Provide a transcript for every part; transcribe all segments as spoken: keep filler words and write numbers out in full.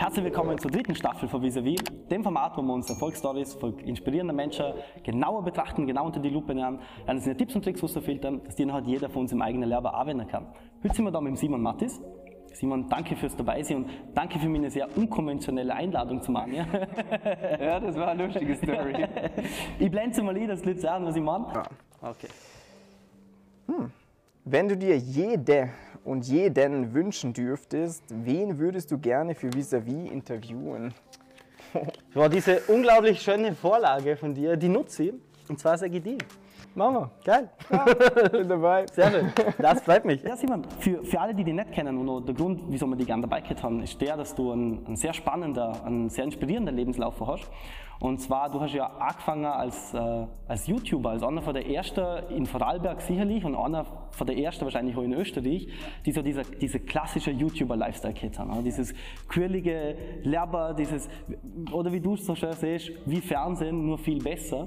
Herzlich willkommen zur dritten Staffel von Vis-à-vis, dem Format, wo wir uns Erfolgsstories von inspirierenden Menschen genauer betrachten, genau unter die Lupe nehmen. Das sind Tipps und Tricks rausfiltern, dass die halt jeder von uns im eigenen Leben anwenden kann. Heute sind wir da mit Simon Mattis. Simon, danke fürs Dabeisein und danke für meine sehr unkonventionelle Einladung zu machen. Ja, ja, das war eine lustige Story. Ich blende es mal ein, dass die Leute sagen, was ich meine. Ja. Okay. Hm. Wenn du dir jede und jeden wünschen dürftest, wen würdest du gerne für Vis-à-vis interviewen? Ja, diese unglaublich schöne Vorlage von dir, die nutze ich. Und zwar sage ich die. Machen wir. Geil. Ja, bin dabei. Sehr schön. Das freut mich. Ja, Simon, für, für alle, die dich nicht kennen, und auch der Grund, wieso wir dich gerne dabei gehabt haben, ist der, dass du einen, einen sehr spannenden, einen sehr inspirierenden Lebenslauf hast. Und zwar, du hast ja angefangen als, äh, als YouTuber, als einer von der ersten in Vorarlberg sicherlich und einer von der ersten wahrscheinlich auch in Österreich, die so dieser, diese klassische YouTuber-Lifestyle gehabt haben. Also dieses quirlige Lerber, dieses, oder wie du es so schön siehst, wie Fernsehen, nur viel besser.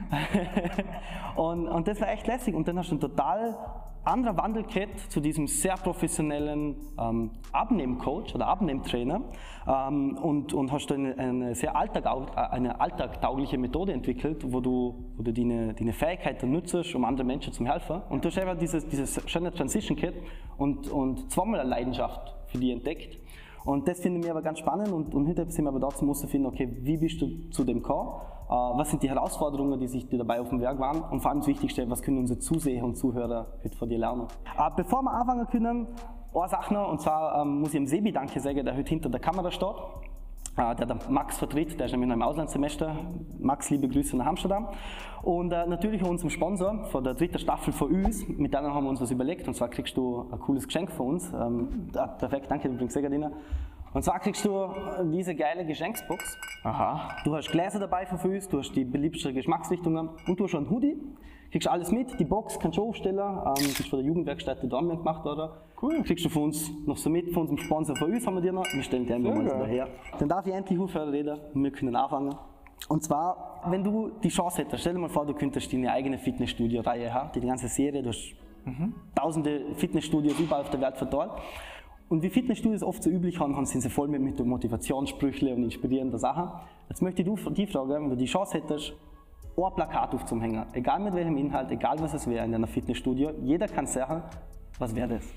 und, und das war echt lässig. Und dann hast du einen total anderer Wandel gehabt zu diesem sehr professionellen ähm, Abnehmcoach oder Abnehmtrainer ähm, und, und hast eine, eine sehr alltag, eine alltagtaugliche Methode entwickelt, wo du, wo du deine, deine Fähigkeiten nutzt, um anderen Menschen zu helfen. Und du hast einfach dieses, dieses schöne Transition gehabt und, und zweimal eine Leidenschaft für dich entdeckt. Und das finde ich aber ganz spannend und, und heute sind wir aber da zum finden, okay, wie bist du zu dem gekommen, äh, was sind die Herausforderungen, die sich dir dabei auf dem Weg waren und vor allem das Wichtigste, was können unsere Zuseher und Zuhörer heute von dir lernen. Äh, bevor wir anfangen können, eine Sache noch, und zwar ähm, muss ich dem Sebi Danke sagen, der heute hinter der Kamera steht. Der der Max vertritt, der ist nämlich noch im Auslandssemester. Max, liebe Grüße nach Amsterdam. Und äh, natürlich auch unserem Sponsor von der dritten Staffel von uns, mit denen haben wir uns was überlegt. Und zwar kriegst du ein cooles Geschenk von uns. Ähm, ah, perfekt, danke, du bringst sehr gerne. Und zwar kriegst du diese geile Geschenksbox. Aha. Du hast Gläser dabei von uns, du hast die beliebtesten Geschmacksrichtungen und du hast schon einen Hoodie. Kriegst alles mit, die Box kannst du aufstellen, ähm, die ist von der Jugendwerkstatt der Dortmund gemacht, oder? Cool. Kriegst du von uns noch so mit, von unserem Sponsor von uns haben wir dir noch. Wir stellen den mal so daher. Dann darf ich endlich aufhören reden und wir können anfangen. Und zwar, wenn du die Chance hättest, stell dir mal vor, du könntest deine eigene Fitnessstudio-Reihe haben, die ganze Serie, du hast mhm. tausende Fitnessstudios überall auf der Welt verteilt. Und wie Fitnessstudios oft so üblich haben, sind sie voll mit Motivationssprüchen und inspirierenden Sachen. Jetzt möchte ich dich fragen, wenn du die Chance hättest, ein Plakat aufzuhängen, egal mit welchem Inhalt, egal was es wäre in einem Fitnessstudio, jeder kann sagen, was wäre das?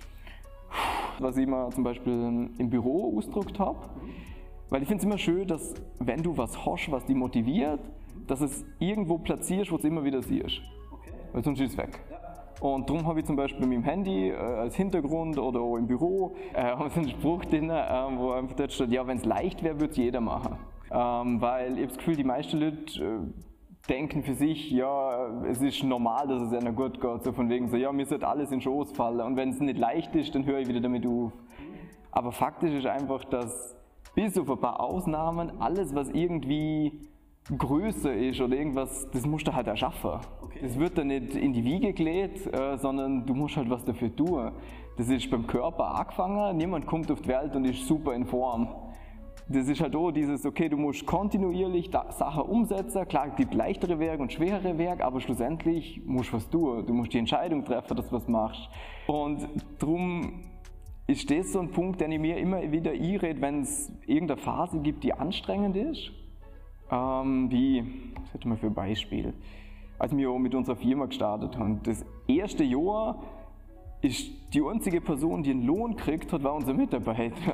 Was ich mir zum Beispiel im Büro ausgedruckt habe, weil ich finde es immer schön, dass wenn du was hast, was dich motiviert, dass es irgendwo platzierst, wo du es immer wieder siehst. Okay. Weil sonst ist es weg. Ja. Und darum habe ich zum Beispiel mit dem Handy äh, als Hintergrund oder auch im Büro äh, haben so einen Spruch drin, äh, wo einfach dort steht, ja, wenn es leicht wäre, würde es jeder machen. Ähm, weil ich habe das Gefühl, die meisten Leute äh, denken für sich, ja, es ist normal, dass es einer gut geht, so von wegen so, ja, mir sollte alles in den Schoß fallen und wenn es nicht leicht ist, dann höre ich wieder damit auf. Aber faktisch ist einfach, dass bis auf ein paar Ausnahmen alles, was irgendwie größer ist oder irgendwas, das musst du halt erschaffen. Okay. Das wird dann nicht in die Wiege gelegt, äh, sondern du musst halt was dafür tun. Das ist beim Körper angefangen, niemand kommt auf die Welt und ist super in Form. Das ist halt auch dieses, okay, du musst kontinuierlich Sachen umsetzen, klar, es gibt leichtere Werke und schwerere Werke, aber schlussendlich musst du was tun, du musst die Entscheidung treffen, dass du was machst. Und darum ist das so ein Punkt, den ich mir immer wieder einrede, wenn es irgendeine Phase gibt, die anstrengend ist. Ähm, wie, was hätte man für ein Beispiel? Als wir mit unserer Firma gestartet haben, das erste Jahr ist die einzige Person, die einen Lohn gekriegt hat, war unser Mitarbeiter.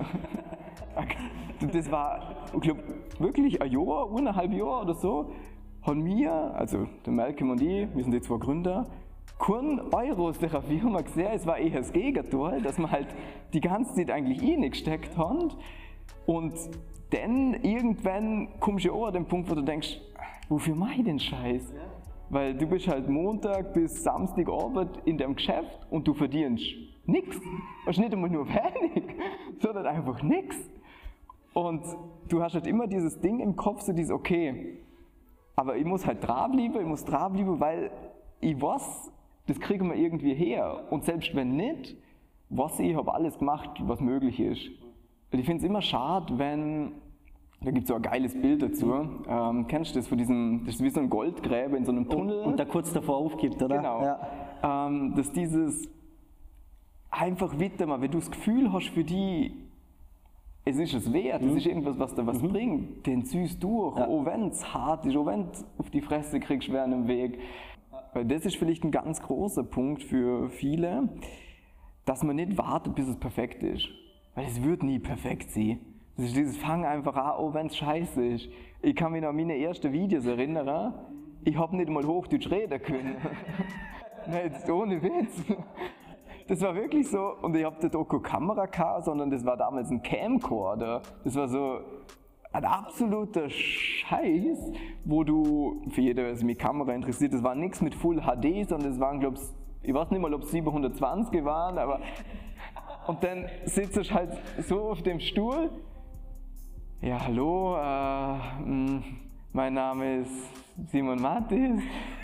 Das war, ich glaube, wirklich ein Jahr, eineinhalb Jahre oder so, haben wir, also der Malcolm und ich, wir sind die zwei Gründer, keinen Euro aus der Firma gesehen. Es war eher das Gegenteil, dass wir halt die ganze Zeit eigentlich eh nicht gesteckt haben. Und dann irgendwann kommst du auch an den Punkt, wo du denkst, wofür mache ich den Scheiß? Weil du bist halt Montag bis Samstagabend in deinem Geschäft und du verdienst nichts. Also nicht einmal nur wenig, sondern einfach nichts. Und du hast halt immer dieses Ding im Kopf, so dieses, okay, aber ich muss halt dranbleiben, ich muss dranbleiben, weil ich weiß, das kriegen wir irgendwie her. Und selbst wenn nicht, weiß ich, ich habe alles gemacht, was möglich ist. Und ich finde es immer schade, wenn, da gibt es so ein geiles Bild dazu, ähm, kennst du das von diesem, das ist wie so ein Goldgräber in so einem Tunnel. Und der kurz davor aufgibt, oder? Genau. Ja. Ähm, dass dieses einfach wieder mal, wenn du das Gefühl hast für die, es ist es wert, es Mhm. ist irgendwas, was dir was Mhm. bringt, den ziehst du durch, Ja. auch wenn es hart ist, auch wenn du auf die Fresse kriegst während dem Weg. Weil das ist vielleicht ein ganz großer Punkt für viele, dass man nicht wartet, bis es perfekt ist. Weil es wird nie perfekt sein. Das ist dieses Fang einfach an, auch wenn es scheiße ist. Ich kann mich noch an meine ersten Videos erinnern, ich habe nicht mal Hochdeutsch reden können. Nein, jetzt ohne Witz. Das war wirklich so, und ich habe da auch keine Kamera gehabt, sondern das war damals ein Camcorder. Das war so ein absoluter Scheiß, wo du, für jeder, der sich mit Kamera interessiert, das war nichts mit Full H D, sondern es waren, glaube ich, ich weiß nicht mal, ob es siebenhundertzwanzig waren, aber. Und dann sitzt du halt so auf dem Stuhl. Ja, hallo, äh, mh, mein Name ist Simon Mathis.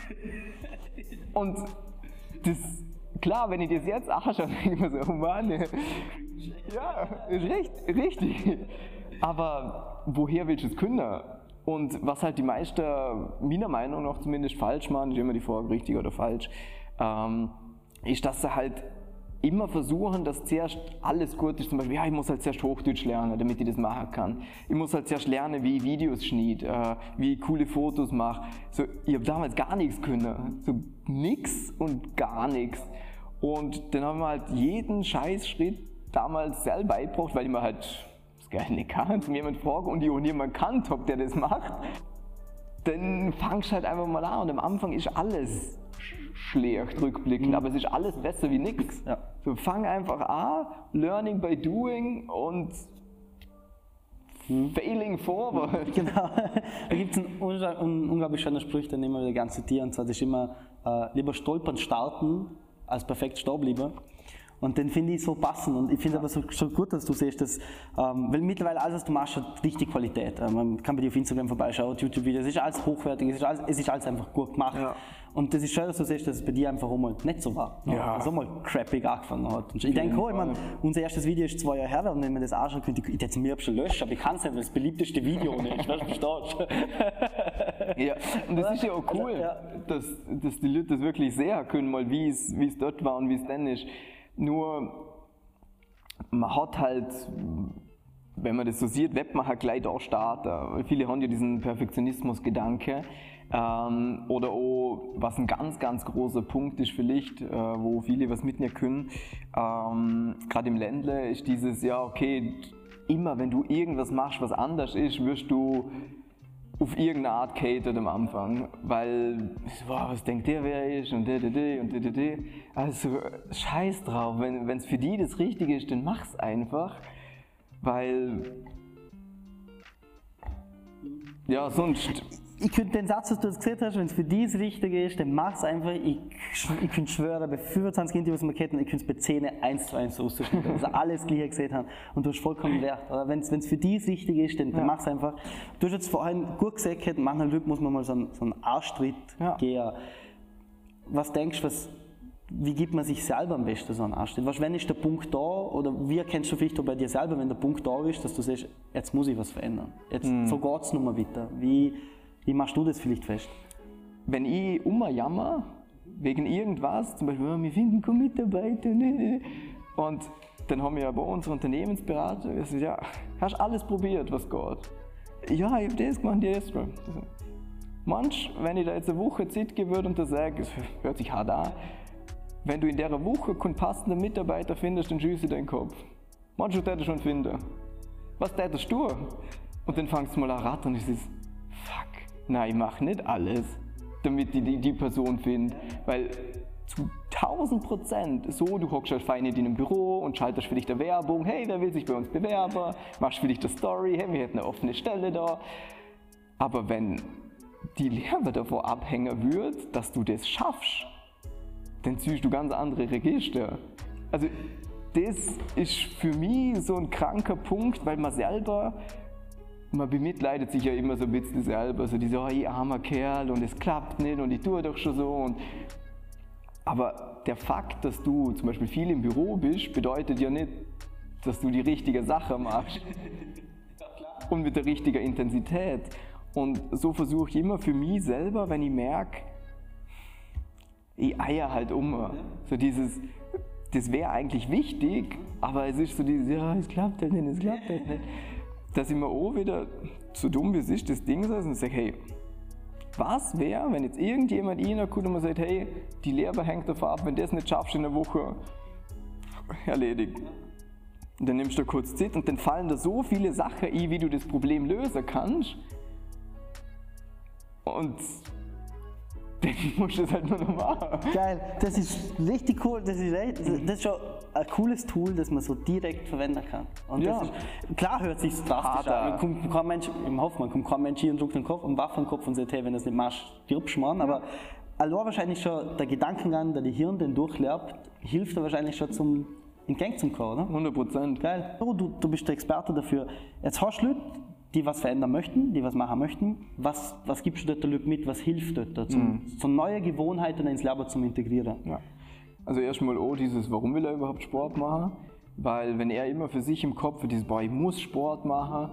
Und das, klar, wenn ich das jetzt anschaue, dann denke ich mir so, oh Mann, ja, ist recht, richtig. Aber woher willst du es können? Und was halt die meisten, meiner Meinung nach zumindest, falsch machen, ist immer die Frage, richtig oder falsch, ähm, ist, dass sie halt immer versuchen, dass zuerst alles gut ist. Zum Beispiel, ja, ich muss halt zuerst Hochdeutsch lernen, damit ich das machen kann. Ich muss halt zuerst lernen, wie ich Videos schneide, äh, wie ich coole Fotos mache. So, ich habe damals gar nichts können. So nix und gar nichts. Und dann haben wir halt jeden Scheißschritt damals selber beigebracht, weil ich mir halt das gerne nicht kann, von jemandem frage und ich auch niemanden kannt habe, der das macht. Dann fangst du halt einfach mal an und am Anfang ist alles schlecht rückblickend, mhm. aber es ist alles besser wie nichts. Ja. So, fang einfach an, learning by doing und mhm. failing forward. Genau, da gibt es einen un unglaublich schönen Spruch, den immer wieder ganz zitieren, und zwar das ist immer, äh, lieber stolpern starten, als perfekt stehen bleiben. Und den finde ich so passend und ich finde aber so, so gut, dass du siehst, dass, ähm, weil mittlerweile alles, was du machst, hat richtig Qualität. Ähm, man kann bei dir auf Instagram vorbeischauen, YouTube-Videos, es ist alles hochwertig, es ist alles, es ist alles einfach gut gemacht. Ja. Und das ist schön, dass du siehst, dass es bei dir einfach auch mal nicht so war, ja. also mal crappig angefangen hat. Und ich denke auch, ich meine, unser erstes Video ist zwei Jahre her und wenn man das anschaut, könnte ich, ich hätte es mir schon löschen, aber ich kann es nicht, weil das beliebteste Video nicht, weißt du, verstehst du? Ja, und das ist ja auch cool, ja. Dass, dass die Leute das wirklich sehen können, mal wie es dort war und wie es dann ist. Nur, man hat halt, wenn man das so sieht, wird man halt gleich da starten. Weil viele haben ja diesen Perfektionismus-Gedanke. Ähm, oder auch, was ein ganz, ganz großer Punkt ist vielleicht, äh, wo viele was mitnehmen können, ähm, gerade im Ländle, ist dieses, ja okay, immer wenn du irgendwas machst, was anders ist, wirst du auf irgendeine Art catered am Anfang, weil, wow, was denkt der, wer ist und der, der, der und der, der, der. Also scheiß drauf, wenn es für die das Richtige ist, dann mach's einfach, weil, ja, sonst... Ich könnte den Satz, was du jetzt gesagt hast, wenn es für dich das Richtige ist, dann mach's einfach. Ich, ich könnte schwören, bei fünfundzwanzig Interviews mit Ketten, ich könnte es bei zehn eins zu eins auszuschneiden, also alles gleich gesehen haben und du hast vollkommen recht. Wenn es für dich das Richtige ist, dann, dann ja. mach's einfach. Du hast jetzt vorhin gut gesagt, manchmal Leuten muss man mal so einen, so einen Arschtritt ja. gehen. Was denkst du, was, wie gibt man sich selber am besten so einen Arschtritt? Was, wenn ist der Punkt da, oder wie erkennst du vielleicht auch bei dir selber, wenn der Punkt da ist, dass du sagst, jetzt muss ich was verändern, jetzt, mhm. so geht es nochmal weiter. Wie, Wie machst du das vielleicht fest? Wenn ich umjammer, wegen irgendwas, zum Beispiel, wir finden keine Mitarbeiter, und dann haben wir ja bei unserer Unternehmensberater gesagt, ja, hast alles probiert, was geht? Ja, ich habe das gemacht, das gemacht. Manch, wenn ich da jetzt eine Woche Zeit gebe und da sage, es hört sich hart an, wenn du in der Woche keinen passenden Mitarbeiter findest, dann schieße ich deinen Kopf. Manchmal hättest du schon finden. Was tätest du? Und dann fangst du mal an rattern und ich sage, fuck. Nein, ich mache nicht alles, damit ich die, die Person finde, weil zu tausend Prozent so, du hockst halt fein in deinem Büro und schaltest vielleicht eine Werbung, hey, wer will sich bei uns bewerben, machst vielleicht eine Story, hey, wir hätten eine offene Stelle da, aber wenn die Lehre davor abhängen wird, dass du das schaffst, dann ziehst du ganz andere Register. Also das ist für mich so ein kranker Punkt, weil man selber man bemitleidet sich ja immer so ein bisschen selber, so diese, oh, ich armer Kerl und es klappt nicht und ich tue doch schon so. Und aber der Fakt, dass du zum Beispiel viel im Büro bist, bedeutet ja nicht, dass du die richtige Sache machst und mit der richtigen Intensität. Und so versuche ich immer für mich selber, wenn ich merke, ich eier halt um. So dieses, das wäre eigentlich wichtig, aber es ist so dieses, ja, es klappt halt nicht, es klappt halt nicht. Dass ich mir auch wieder, so dumm wie es ist, das Ding saß und sage, hey, was wäre, wenn jetzt irgendjemand reinkommt und man sagt, hey, die Lehre hängt davon ab, wenn du das nicht schaffst in der Woche, erledigt. Und dann nimmst du kurz Zeit und dann fallen da so viele Sachen ein, wie du das Problem lösen kannst. Und dann musst du es halt nur noch machen. Geil, das ist richtig cool, das ist, echt, das ist schon ein cooles Tool, das man so direkt verwenden kann. Und Ja. das ist, klar hört sich drastisch Harder. an, man kommt kein Mensch, im Hoffmann kommt kein Mensch hier und drückt den Kopf und Waffe den Kopf und sagt, hey, wenn du das nicht machst, stirbst du morgen. Aber allein wahrscheinlich schon der Gedankengang, der die Hirn den durchlebt, hilft dir wahrscheinlich schon zum in Gang zum kommen, oder? hundert Prozent. Geil. Du, du, du bist der Experte dafür. Jetzt hast du Leute, die was verändern möchten, die was machen möchten. Was, was gibst du dort den Leuten mit, was hilft dort dazu, Mhm. so neue Gewohnheiten ins Leben zu integrieren? Ja. Also erstmal auch dieses, warum will er überhaupt Sport machen? Weil wenn er immer für sich im Kopf hat, dieses, boah, ich muss Sport machen,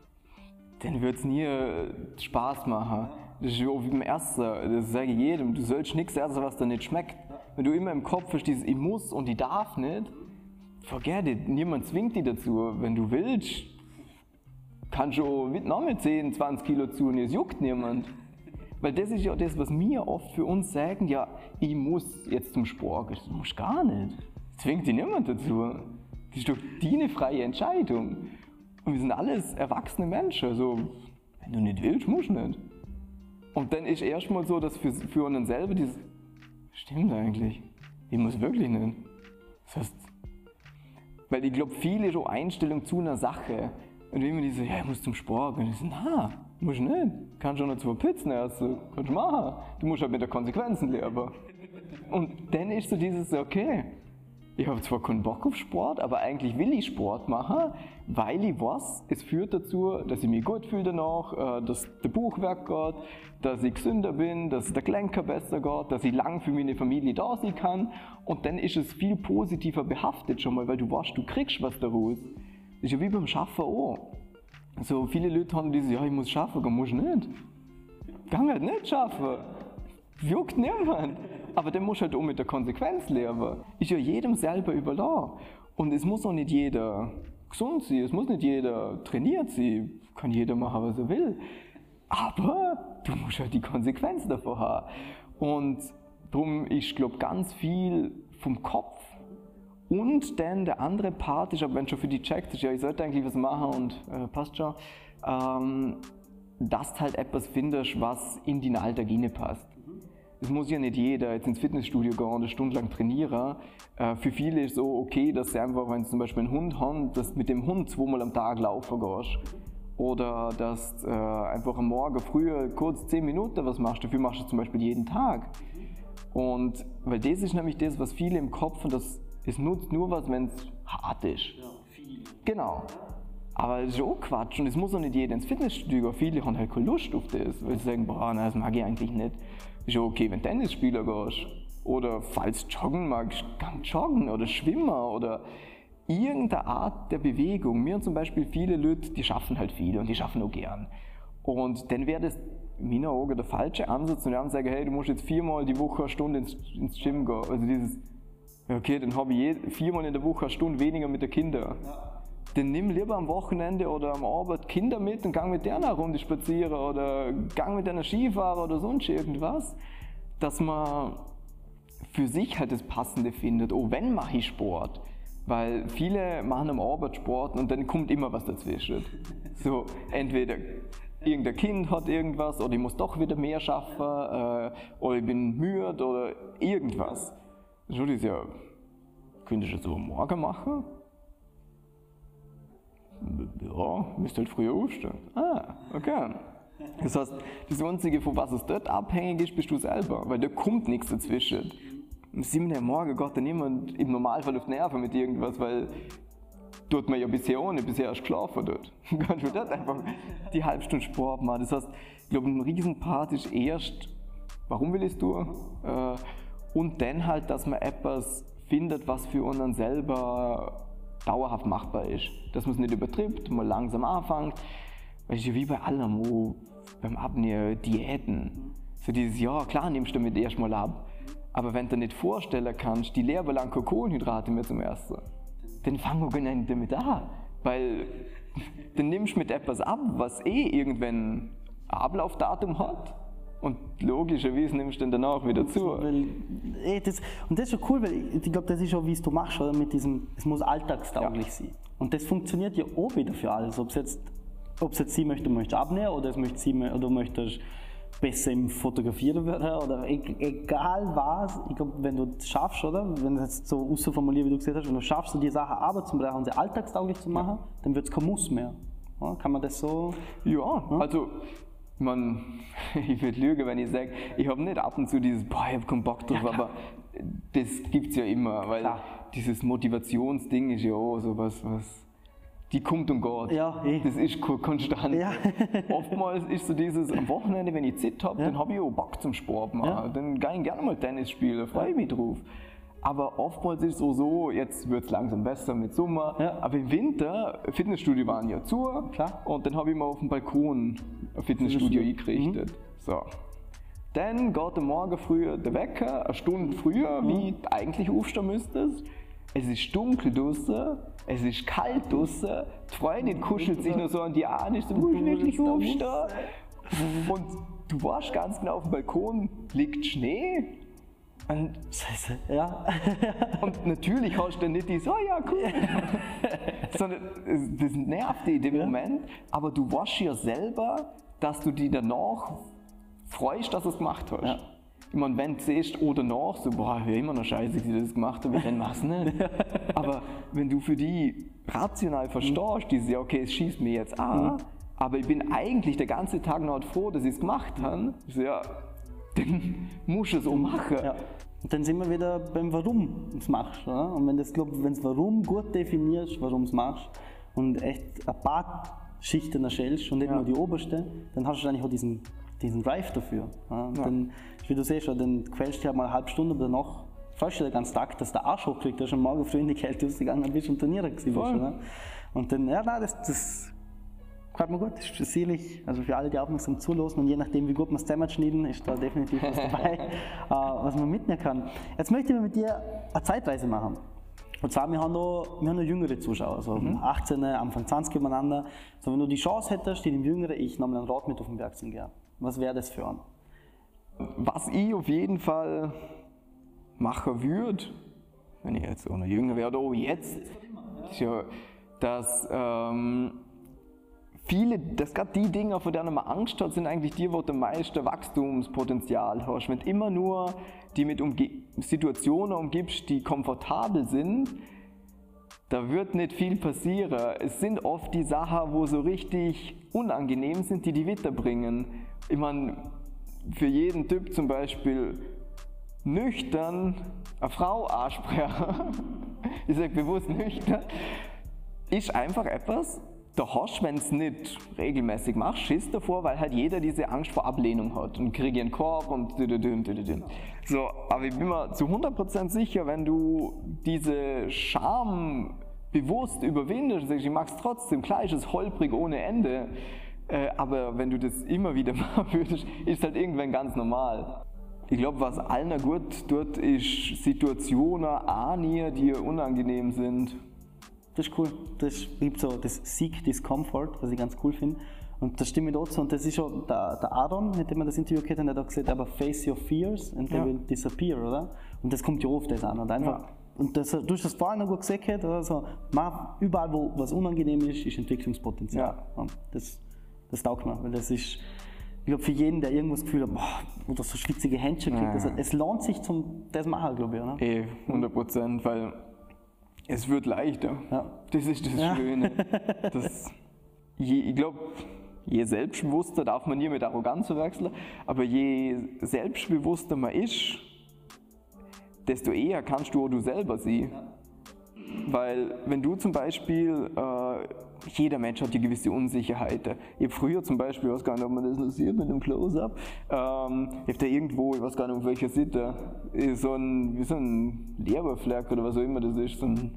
dann wird es nie äh, Spaß machen. Das ist auch wie beim Essen, das sage ich jedem, du sollst nichts essen, was dir nicht schmeckt. Wenn du immer im Kopf hast, dieses ich muss und ich darf nicht, vergiss it, niemand zwingt dich dazu. Wenn du willst, kannst du auch mit noch mit zehn, zwanzig Kilo zunehmen, es juckt niemand. Weil das ist ja das, was wir oft für uns sagen, ja, ich muss jetzt zum Sport. Du musst gar nicht. Zwingt dich niemand dazu. Das ist doch deine freie Entscheidung. Und wir sind alles erwachsene Menschen. Also, wenn du nicht willst, musst du nicht. Und dann ist erstmal so, dass für, für uns selber dieses, stimmt eigentlich, ich muss wirklich nicht. Das heißt, weil ich glaube, viele so Einstellung zu einer Sache. Und wenn man die so, ja, ich muss zum Sport. Und ich so, na, musst du nicht. Kannst du auch noch zwei Pizzen essen. Kannst du machen. Du musst halt mit den Konsequenzen leben. Und dann ist so dieses, okay, ich habe zwar keinen Bock auf Sport, aber eigentlich will ich Sport machen, weil ich weiß, es führt dazu, dass ich mich gut fühle danach, dass der Bauch weggeht, dass ich gesünder bin, dass der Gelenker besser geht, dass ich lang für meine Familie da sein kann. Und dann ist es viel positiver behaftet schon mal, weil du weißt, du kriegst was daraus. Das ist ja wie beim Schaffen auch. So viele Leute haben dieses, ja, ich muss schaffen, dann musst du nicht. Gang halt nicht schaffen. Juckt niemand. Aber dann musst du halt auch mit der Konsequenz leben. Ist ja jedem selber überlassen. Und es muss auch nicht jeder gesund sein, es muss nicht jeder trainiert sein. Kann jeder machen, was er will. Aber du musst halt die Konsequenz davon haben. Und darum ist, glaube ich, ganz viel vom Kopf. Und dann der andere Part ist, aber wenn schon für die checkt, ist, ja, ich sollte eigentlich was machen und äh, passt schon, ähm, dass du halt etwas findest, was in deinen Alltag passt. Es muss ja nicht jeder jetzt ins Fitnessstudio gehen und eine Stunde lang trainieren. Äh, für viele ist es so okay, dass sie einfach, wenn sie zum Beispiel einen Hund haben, dass du mit dem Hund zweimal am Tag laufen gehst. Oder dass du äh, einfach am Morgen früher kurz zehn Minuten was machst, dafür machst du zum Beispiel jeden Tag. Und weil das ist nämlich das, was viele im Kopf haben, dass es nutzt nur was, wenn es hart ist. Ja, viel. Genau. Aber das ist auch Quatsch und es muss auch nicht jeder ins Fitnessstudio. Viele haben halt keine Lust auf das, weil sie sagen, boah, nein, das mag ich eigentlich nicht. Es ist ja okay, wenn du Tennisspieler gehst oder falls du joggen magst, gang joggen oder schwimmen oder irgendeine Art der Bewegung. Wir haben zum Beispiel viele Leute, die schaffen halt viel und die schaffen auch gern. Und dann wäre das in meinen Augen der falsche Ansatz und wir haben sagen, hey, du musst jetzt viermal die Woche eine Stunde ins, ins Gym gehen. Also dieses, okay, dann habe ich je, viermal in der Woche eine Stunde weniger mit den Kindern. Ja. Dann nimm lieber am Wochenende oder am Abend Kinder mit und gang mit denen eine Runde spazieren oder gang mit denen Skifahren oder sonst irgendwas. Dass man für sich halt das Passende findet. Oh, wenn mache ich Sport? Weil viele machen am Abend Sport und dann kommt immer was dazwischen. So, entweder irgendein Kind hat irgendwas oder ich muss doch wieder mehr schaffen äh, oder ich bin müde oder irgendwas. So, das ist ja, könntest du das so morgen machen? Ja, müsst halt früher aufstehen. Ah, okay. Das heißt, das Einzige, von was es dort abhängig ist, bist du selber, weil da kommt nichts dazwischen. Um sieben Uhr morgen geht dann niemand im Normalfall auf die Nerven mit irgendwas, weil tut man ja bisher ohne, bisher erst geschlafen dort. Dann kannst du dort einfach die halbe Stunde Sport machen. Das heißt, ich glaube, ein Riesenpart ist erst, warum will ich es tun? Äh, und dann halt, dass man etwas findet, was für uns selber dauerhaft machbar ist. Dass man es nicht übertreibt, mal langsam anfängt. Weil es ist ja wie bei allem, wo beim Abnehmen, Diäten. So dieses, ja klar nimmst du damit erstmal ab. Aber wenn du dir nicht vorstellen kannst, die Leben lang keine Kohlenhydrate mehr zum Essen, dann fang auch nicht damit an. Weil dann nimmst du mit etwas ab, was eh irgendwann ein Ablaufdatum hat. Und logischerweise nimmst du dann danach wieder zu. Weil, ey, das, und das ist schon cool, weil ich, ich glaube, das ist schon, wie es du machst, oder? Mit diesem, es muss alltagstauglich ja. sein. Und das funktioniert ja auch wieder für alles. Ob es jetzt, ob's jetzt sie möchte, du möchtest abnehmen oder es möchte sie, oder du möchtest besser im Fotografieren werden oder e egal was. Ich glaube, wenn du es schaffst, oder? Wenn du es jetzt so ausformuliert, wie du gesagt hast, wenn du schaffst, die Sachen aber zu brechen und sie alltagstauglich zu machen, ja. dann wird es kein Muss mehr. Ja, kann man das so? Ja, ja? also man, ich würde lügen, wenn ich sage, ich habe nicht ab und zu dieses, boah, ich habe keinen Bock drauf, ja, aber das gibt es ja immer, weil klar. dieses Motivationsding ist ja auch so was, was die kommt und geht. Ja, eh. Das ist konstant. Ja. Oftmals ist so dieses, am Wochenende, wenn ich Zeit habe, ja. dann habe ich auch Bock zum Sport machen. Ja. Dann gehe ich gerne mal Tennis spielen, freue ich mich drauf. Aber oftmals ist es so, so jetzt wird es langsam besser mit Sommer. Ja. Aber im Winter, Fitnessstudio waren ja zu. Klar. Und dann habe ich mal auf dem Balkon ein Fitnessstudio eingerichtet. Mhm. So. Dann geht am Morgen früh der Wecker, eine Stunde früher, mhm. wie du eigentlich aufstehen müsstest. Es ist dunkel draußen, es ist kalt draußen, die Freundin kuschelt sich nur so an die Arme, du musst wirklich aufstehen. Und du weißt ganz genau, auf dem Balkon liegt Schnee. Und, Scheiße, ja. und natürlich hast du dann nicht dieses, oh ja, cool, sondern das nervt dich in dem ja. Moment, aber du weißt ja selber, dass du dich danach freust, dass du es gemacht hast. Ja. Ich meine, wenn du siehst, oder danach, so, boah, ich immer noch scheiße, dass ich das gemacht habe, dann mach's nicht. Aber wenn du für die rational verstehst, dieses, ja, okay, es schießt mir jetzt an, mhm. aber ich bin eigentlich den ganzen Tag noch froh, dass ich es gemacht habe, so, ja, dann musst du es auch machen. Ja. Und dann sind wir wieder beim Warum du es machst. Oder? Und wenn du das Warum gut definierst, warum du es machst und echt ein paar Schichten erstellst und nicht ja. nur die oberste, dann hast du eigentlich auch diesen, diesen Drive dafür. Ja? Und ja. dann, wie du siehst, dann quälst du dich halt mal eine halbe Stunde, aber danach freust du dich den ganzen Tag, dass der Arsch hochkriegt, dass du am Morgen früh in die Kälte rausgegangen bist und trainieren gewesen bist. Oder? Und dann, ja, nein, das, das gefällt mir gut, das ist sicherlich, also für alle, die aufmerksam zulassen und je nachdem, wie gut man es zusammenschneiden, ist da definitiv was dabei, äh, was man mitnehmen kann. Jetzt möchte ich mit dir eine Zeitreise machen. Und zwar, wir haben noch, wir haben noch jüngere Zuschauer, also mhm. achtzehn, Anfang zwanzig übereinander. So, wenn du die Chance hättest, die dem Jüngeren, ich nochmal einen Rat mit auf den Berg zu gehen, was wäre das für einen? Was ich auf jeden Fall machen würde, wenn ich jetzt auch noch jünger wäre, oder jetzt, ist ja, dass ähm, viele, dass gerade die Dinge, vor denen man Angst hat, sind eigentlich die, wo du am meisten Wachstumspotenzial hast. Wenn du immer nur die mit Umge Situationen umgibst, die komfortabel sind, da wird nicht viel passieren. Es sind oft die Sachen, wo so richtig unangenehm sind, die die weiterbringen. Ich meine, für jeden Typ zum Beispiel nüchtern eine Frau ansprechen, ich sage bewusst nüchtern, ist einfach etwas, da hast du, wenn du es nicht regelmäßig machst, Schiss davor, weil halt jeder diese Angst vor Ablehnung hat und kriege einen Korb und so, aber ich bin mir zu hundert Prozent sicher, wenn du diese Scham bewusst überwindest und sagst, ich mag es trotzdem, klar ist es holprig ohne Ende, äh, aber wenn du das immer wieder machen würdest, ist es halt irgendwann ganz normal. Ich glaube, was allen gut tut, ist Situationen annehmen, die unangenehm sind. Das ist cool. Das gibt so das Seek Discomfort, was ich ganz cool finde. Und das stimme ich dazu. Und das ist schon der, der Aaron, mit dem wir das Interview hatten, der hat gesagt, aber face your fears and they ja. will disappear, oder? Und das kommt ja oft das an. Und einfach, ja. und das, du hast das vorhin noch gut gesagt, oder? So, man, überall, wo was unangenehm ist, ist Entwicklungspotenzial. Ja. Und das, das taugt mir, weil das ist, ich glaube, für jeden, der irgendwas das Gefühl hat, boah, oder so schwitzige Händchen kriegt, ja. das, es lohnt sich zum das machen, glaube ich, oder? Eh, hundert Prozent, weil es wird leichter. Ja. Das ist das ja. Schöne. Das, je, ich glaube, je selbstbewusster, darf man nie mit Arroganz verwechseln, aber je selbstbewusster man ist, desto eher kannst du auch du selber sein. Ja. Weil wenn du zum Beispiel, äh, jeder Mensch hat ja gewisse Unsicherheiten. Ich habe früher zum Beispiel, ich weiß gar nicht, ob man das noch sieht mit dem Close-Up, ähm, ich habe da irgendwo, ich weiß gar nicht, auf welcher Seite, so ein, wie so ein Leberfleck oder was auch immer das ist. So ein,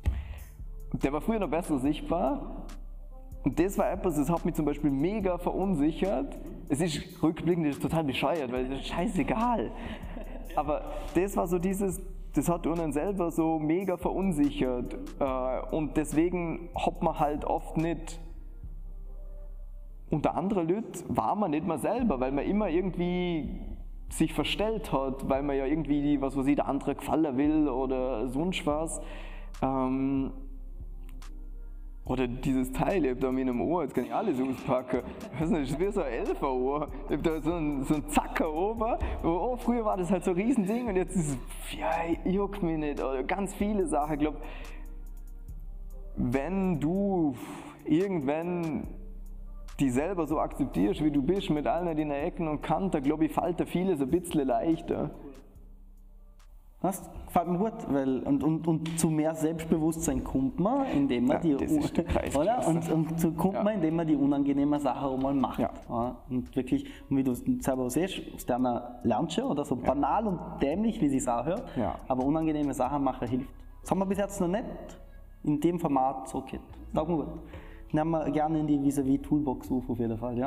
der war früher noch besser sichtbar. Und das war etwas, das hat mich zum Beispiel mega verunsichert. Es ist rückblickend das ist total bescheuert, weil das ist scheißegal. Aber das war so dieses, das hat einen selber so mega verunsichert äh, und deswegen hat man halt oft nicht, unter anderen Leuten war man nicht mal selber, weil man immer irgendwie sich verstellt hat, weil man ja irgendwie, was weiß ich, der andere gefallen will oder sonst was. Ähm, Oder dieses Teil, ich hab da an meinem Ohr, jetzt kann ich alles auspacken. Ich weiß nicht, das ist wie so ein Elferohr. Ich hab da so einen, so einen Zacker oben. Oh, früher war das halt so ein Riesending und jetzt ist es, ja, juckt mich nicht. Oder ganz viele Sachen. Ich glaube, wenn du irgendwann die selber so akzeptierst, wie du bist, mit allen deinen Ecken und Kanten, glaube ich, fällt dir vieles ein bisschen leichter. Das gefällt mir gut, weil, und, und, und zu mehr Selbstbewusstsein kommt man, indem man ja, die oder? Und, und zu kommt ja. man, indem man die unangenehmen Sachen auch mal macht. Ja. Ja, und wirklich, und wie du selber siehst, aus der lernst du, oder so ja. banal und dämlich, wie sie es auch hört, ja. aber unangenehme Sachen machen hilft. Das haben wir bis jetzt noch nicht in dem Format so gehört. Das mir gut. Nehmen wir gerne in die vis-à-vis Toolbox auf, auf jeden Fall. Ja.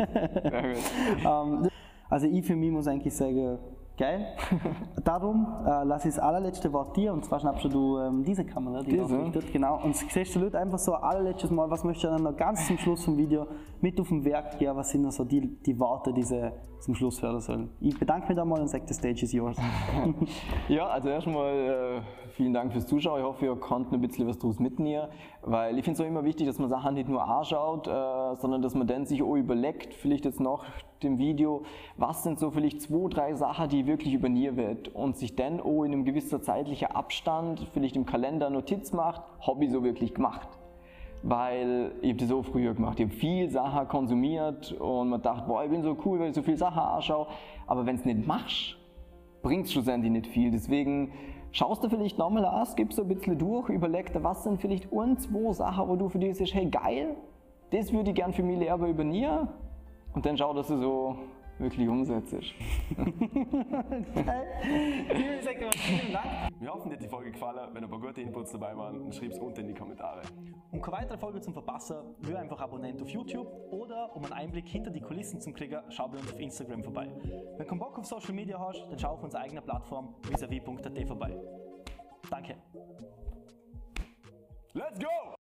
um, also ich für mich muss eigentlich sagen, geil. Darum äh, lasse ich das allerletzte Wort dir, und zwar schnappst du ähm, diese Kamera, die diese? aufrichtet. Genau. Und siehst du Leute einfach so allerletztes Mal, was möchtest du dann noch ganz zum Schluss vom Video mit auf dem Werk gehen, was sind noch so die, die Worte, die sie zum Schluss hören sollen. Ich bedanke mich da mal und sage, the stage is yours. Ja, also erstmal äh, vielen Dank fürs Zuschauen. Ich hoffe, ihr konntet ein bisschen was daraus mitnehmen, weil ich finde es auch immer wichtig, dass man Sachen nicht nur anschaut, äh, sondern dass man dann sich auch überlegt, vielleicht jetzt nach dem Video, was sind so vielleicht zwei, drei Sachen, die wirklich übernehmen wird, und sich dann auch in einem gewissen zeitlichen Abstand, vielleicht im Kalender Notiz macht, habe ich so wirklich gemacht. Weil ich habe das so früher gemacht, ich habe viel Sachen konsumiert und man dachte, boah, ich bin so cool, weil ich so viele Sachen anschaue, aber wenn du es nicht machst, bringt es schlussendlich nicht viel. Deswegen schaust du vielleicht nochmal an, gibst so ein bisschen durch, überleg dir, was sind vielleicht ein, zwei Sachen, wo du für dich sagst, hey geil, das würde ich gerne für mich selber übernehmen, und dann schau, dass du so wirklich umsetzt. Vielen Dank. Wir hoffen, dir hat die Folge gefallen. Wenn ein paar gute Inputs dabei waren, dann schreib es unten in die Kommentare. Um keine weitere Folge zu verpassen, wir einfach Abonnent auf YouTube, oder um einen Einblick hinter die Kulissen zu kriegen, schau bei uns auf Instagram vorbei. Wenn du Bock auf Social Media hast, dann schau auf unserer eigenen Plattform vis a vis punkt a t vorbei. Danke. Let's go!